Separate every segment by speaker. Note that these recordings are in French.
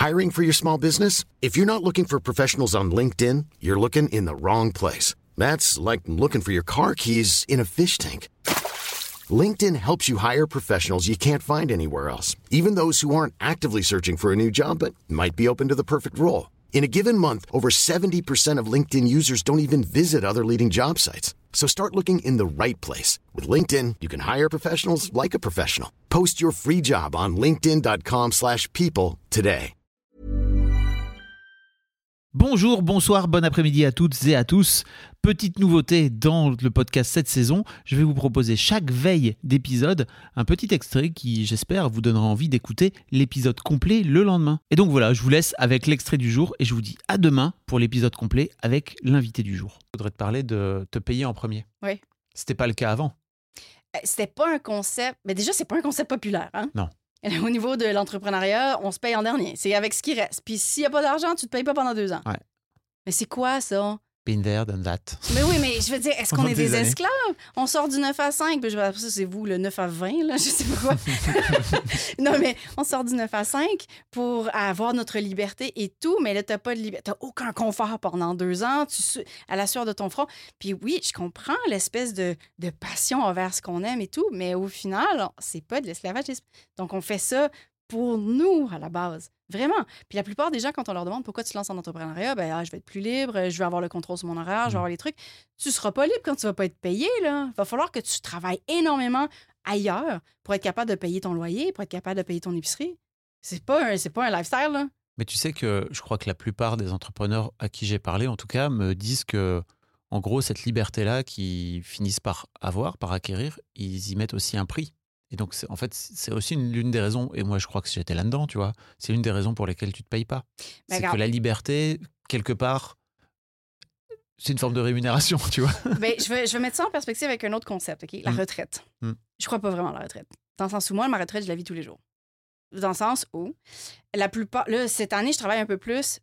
Speaker 1: Hiring for your small business? If you're not looking for professionals on LinkedIn, you're looking in the wrong place. That's like looking for your car keys in a fish tank. LinkedIn helps you hire professionals you can't find anywhere else, even those who aren't actively searching for a new job but might be open to the perfect role. In a given month, over 70% of LinkedIn users don't even visit other leading job sites. So start looking in the right place. With LinkedIn, you can hire professionals like a professional. Post your free job on linkedin.com/people today.
Speaker 2: Bonjour, bonsoir, bon après-midi à toutes et à tous. Petite nouveauté dans le podcast cette saison, je vais vous proposer chaque veille d'épisode un petit extrait qui, j'espère, vous donnera envie d'écouter l'épisode complet le lendemain. Et donc voilà, je vous laisse avec l'extrait du jour et je vous dis à demain pour l'épisode complet avec l'invité du jour. Je voudrais te parler de te payer en premier.
Speaker 3: Oui.
Speaker 2: C'était pas le cas avant.
Speaker 3: C'était pas un concept... Mais déjà, c'est pas un concept populaire. Hein?
Speaker 2: Non.
Speaker 3: Au niveau de l'entrepreneuriat, on se paye en dernier. C'est avec ce qui reste. Puis s'il n'y a pas d'argent, tu te payes pas pendant 2 ans.
Speaker 2: Ouais.
Speaker 3: Mais c'est quoi, ça?
Speaker 2: Been there, done that.
Speaker 3: Mais oui, mais je veux dire, est-ce qu'on est des
Speaker 2: années.
Speaker 3: esclaves? On sort du 9 à 5, puis ça, c'est vous, le 9 à 20, là, je sais pas quoi. Non, mais on sort du 9 à 5 pour avoir notre liberté et tout, mais là, t'as pas de liberté. T'as aucun confort pendant 2 ans, à la sueur de ton front. Puis oui, je comprends l'espèce de passion envers ce qu'on aime et tout, mais au final, c'est pas de l'esclavagisme. Donc, on fait ça pour nous, à la base. Vraiment. Puis la plupart des gens, quand on leur demande pourquoi tu te lances en entrepreneuriat, je vais être plus libre, je vais avoir le contrôle sur mon horaire, je vais avoir les trucs. Tu seras pas libre quand tu vas pas être payé, là. Il va falloir que tu travailles énormément ailleurs pour être capable de payer ton loyer, pour être capable de payer ton épicerie. C'est pas un lifestyle, là.
Speaker 2: Mais tu sais que je crois que la plupart des entrepreneurs à qui j'ai parlé, en tout cas, me disent que, en gros, cette liberté-là qu'ils finissent par acquérir, ils y mettent aussi un prix. Et donc, c'est aussi l'une des raisons, et moi je crois que j'étais là-dedans, tu vois, c'est l'une des raisons pour lesquelles tu ne te payes pas. C'est que la liberté, quelque part, c'est une forme de rémunération, tu vois.
Speaker 3: Je vais mettre ça en perspective avec un autre concept, OK? La retraite. Je crois pas vraiment à la retraite. Dans le sens où moi, ma retraite, je la vis tous les jours. Dans le sens où, la plupart... Là, cette année, je travaille un peu plus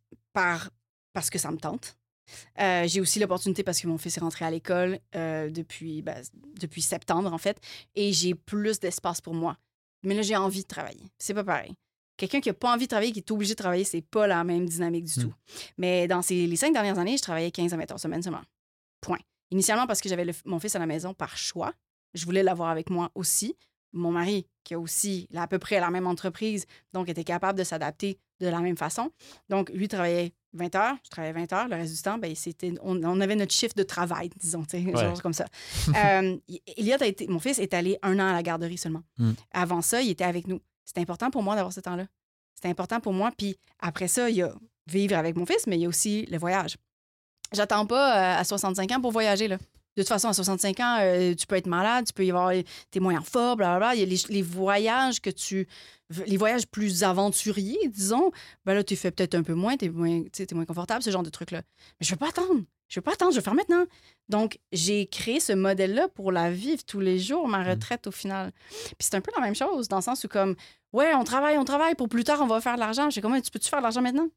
Speaker 3: parce que ça me tente. J'ai aussi l'opportunité parce que mon fils est rentré à l'école depuis septembre, en fait, et j'ai plus d'espace pour moi. Mais là, j'ai envie de travailler. C'est pas pareil. Quelqu'un qui n'a pas envie de travailler, qui est obligé de travailler, c'est pas la même dynamique du tout. Mais dans les 5 dernières années, je travaillais 15 à 20 heures semaine seulement. Point. Initialement, parce que j'avais mon fils à la maison par choix. Je voulais l'avoir avec moi aussi. Mon mari, qui a aussi à peu près la même entreprise, donc était capable de s'adapter de la même façon. Donc, lui travaillait 20 heures, je travaillais 20 heures. Le reste du temps, on avait notre chiffre de travail, disons, genre comme ça. Mon fils est allé 1 an à la garderie seulement. Avant ça, il était avec nous. C'était important pour moi d'avoir ce temps-là. C'était important pour moi. Puis après ça, il y a vivre avec mon fils, mais il y a aussi le voyage. J'attends pas à 65 ans pour voyager, là. De toute façon, à 65 ans, tu peux être malade, tu peux y avoir... T'es moins en forme, blablabla. Il y a les voyages les voyages plus aventuriers, disons, là, tu fais peut-être un peu moins, t'es moins confortable, ce genre de trucs-là. Mais je veux pas attendre. Je veux le faire maintenant. Donc, j'ai créé ce modèle-là pour la vivre tous les jours, ma retraite, au final. Puis c'est un peu la même chose, dans le sens où, comme, ouais, on travaille, pour plus tard, on va faire de l'argent. J'ai comme, tu peux-tu faire de l'argent maintenant?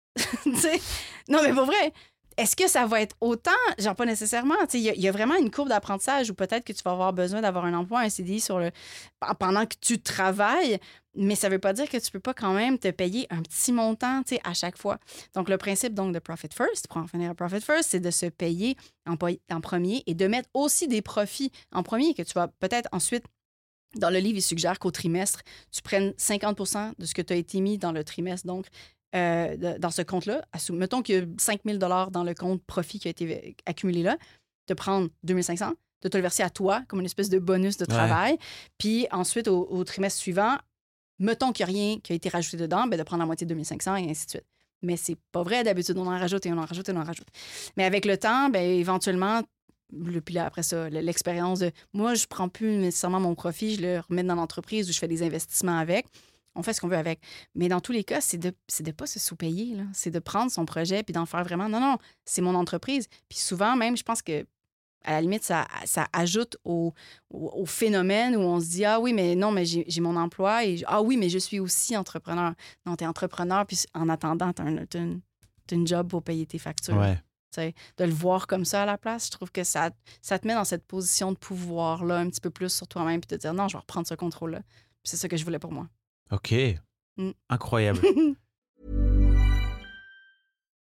Speaker 3: Non, mais pour vrai... Est-ce que ça va être autant? Genre, pas nécessairement. Il y a vraiment une courbe d'apprentissage où peut-être que tu vas avoir besoin d'avoir un emploi, un CDI pendant que tu travailles, mais ça veut pas dire que tu peux pas quand même te payer un petit montant à chaque fois. Donc, le principe donc de Profit First, pour en finir à Profit First, c'est de se payer en premier et de mettre aussi des profits en premier que tu vas peut-être ensuite... Dans le livre, il suggère qu'au trimestre, tu prennes 50% de ce que tu as été mis dans le trimestre. Donc, dans ce compte-là, mettons qu'il y a 5 000 $ dans le compte profit qui a été accumulé là, de prendre 2 500, de te le verser à toi comme une espèce de bonus de travail. Puis ensuite, au trimestre suivant, mettons qu'il n'y a rien qui a été rajouté dedans, de prendre la moitié de 2 500 et ainsi de suite. Mais c'est pas vrai. D'habitude, on en rajoute et on en rajoute et on en rajoute. Mais avec le temps, éventuellement, puis là, après ça, l'expérience de... Moi, je prends plus nécessairement mon profit, je le remets dans l'entreprise où je fais des investissements avec. On fait ce qu'on veut avec. Mais dans tous les cas, c'est de pas se sous-payer, là. C'est de prendre son projet puis d'en faire vraiment. Non, c'est mon entreprise. Puis souvent, même, je pense que à la limite, ça ajoute au phénomène où on se dit « Ah oui, mais non, mais j'ai mon emploi. » et « Ah oui, mais je suis aussi entrepreneur. » Non, t'es entrepreneur, puis en attendant, t'as une job pour payer tes factures.
Speaker 2: Ouais.
Speaker 3: T'sais, de le voir comme ça à la place, je trouve que ça te met dans cette position de pouvoir-là un petit peu plus sur toi-même puis de te dire « Non, je vais reprendre ce contrôle-là. » C'est ça que je voulais pour moi.
Speaker 2: OK. Incroyable.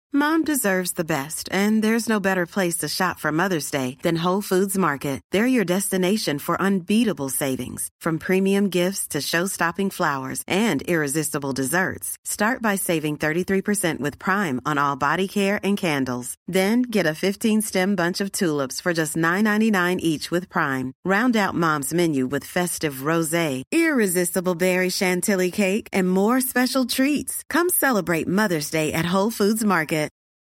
Speaker 4: Mom deserves the best, and there's no better place to shop for Mother's Day than Whole Foods Market. They're your destination for unbeatable savings, from premium gifts to show-stopping flowers and irresistible desserts. Start by saving 33% with Prime on all body care and candles. Then get a 15-stem bunch of tulips for just $9.99 each with Prime. Round out Mom's menu with festive rosé, irresistible berry chantilly cake, and more special treats. Come celebrate Mother's Day at Whole Foods Market.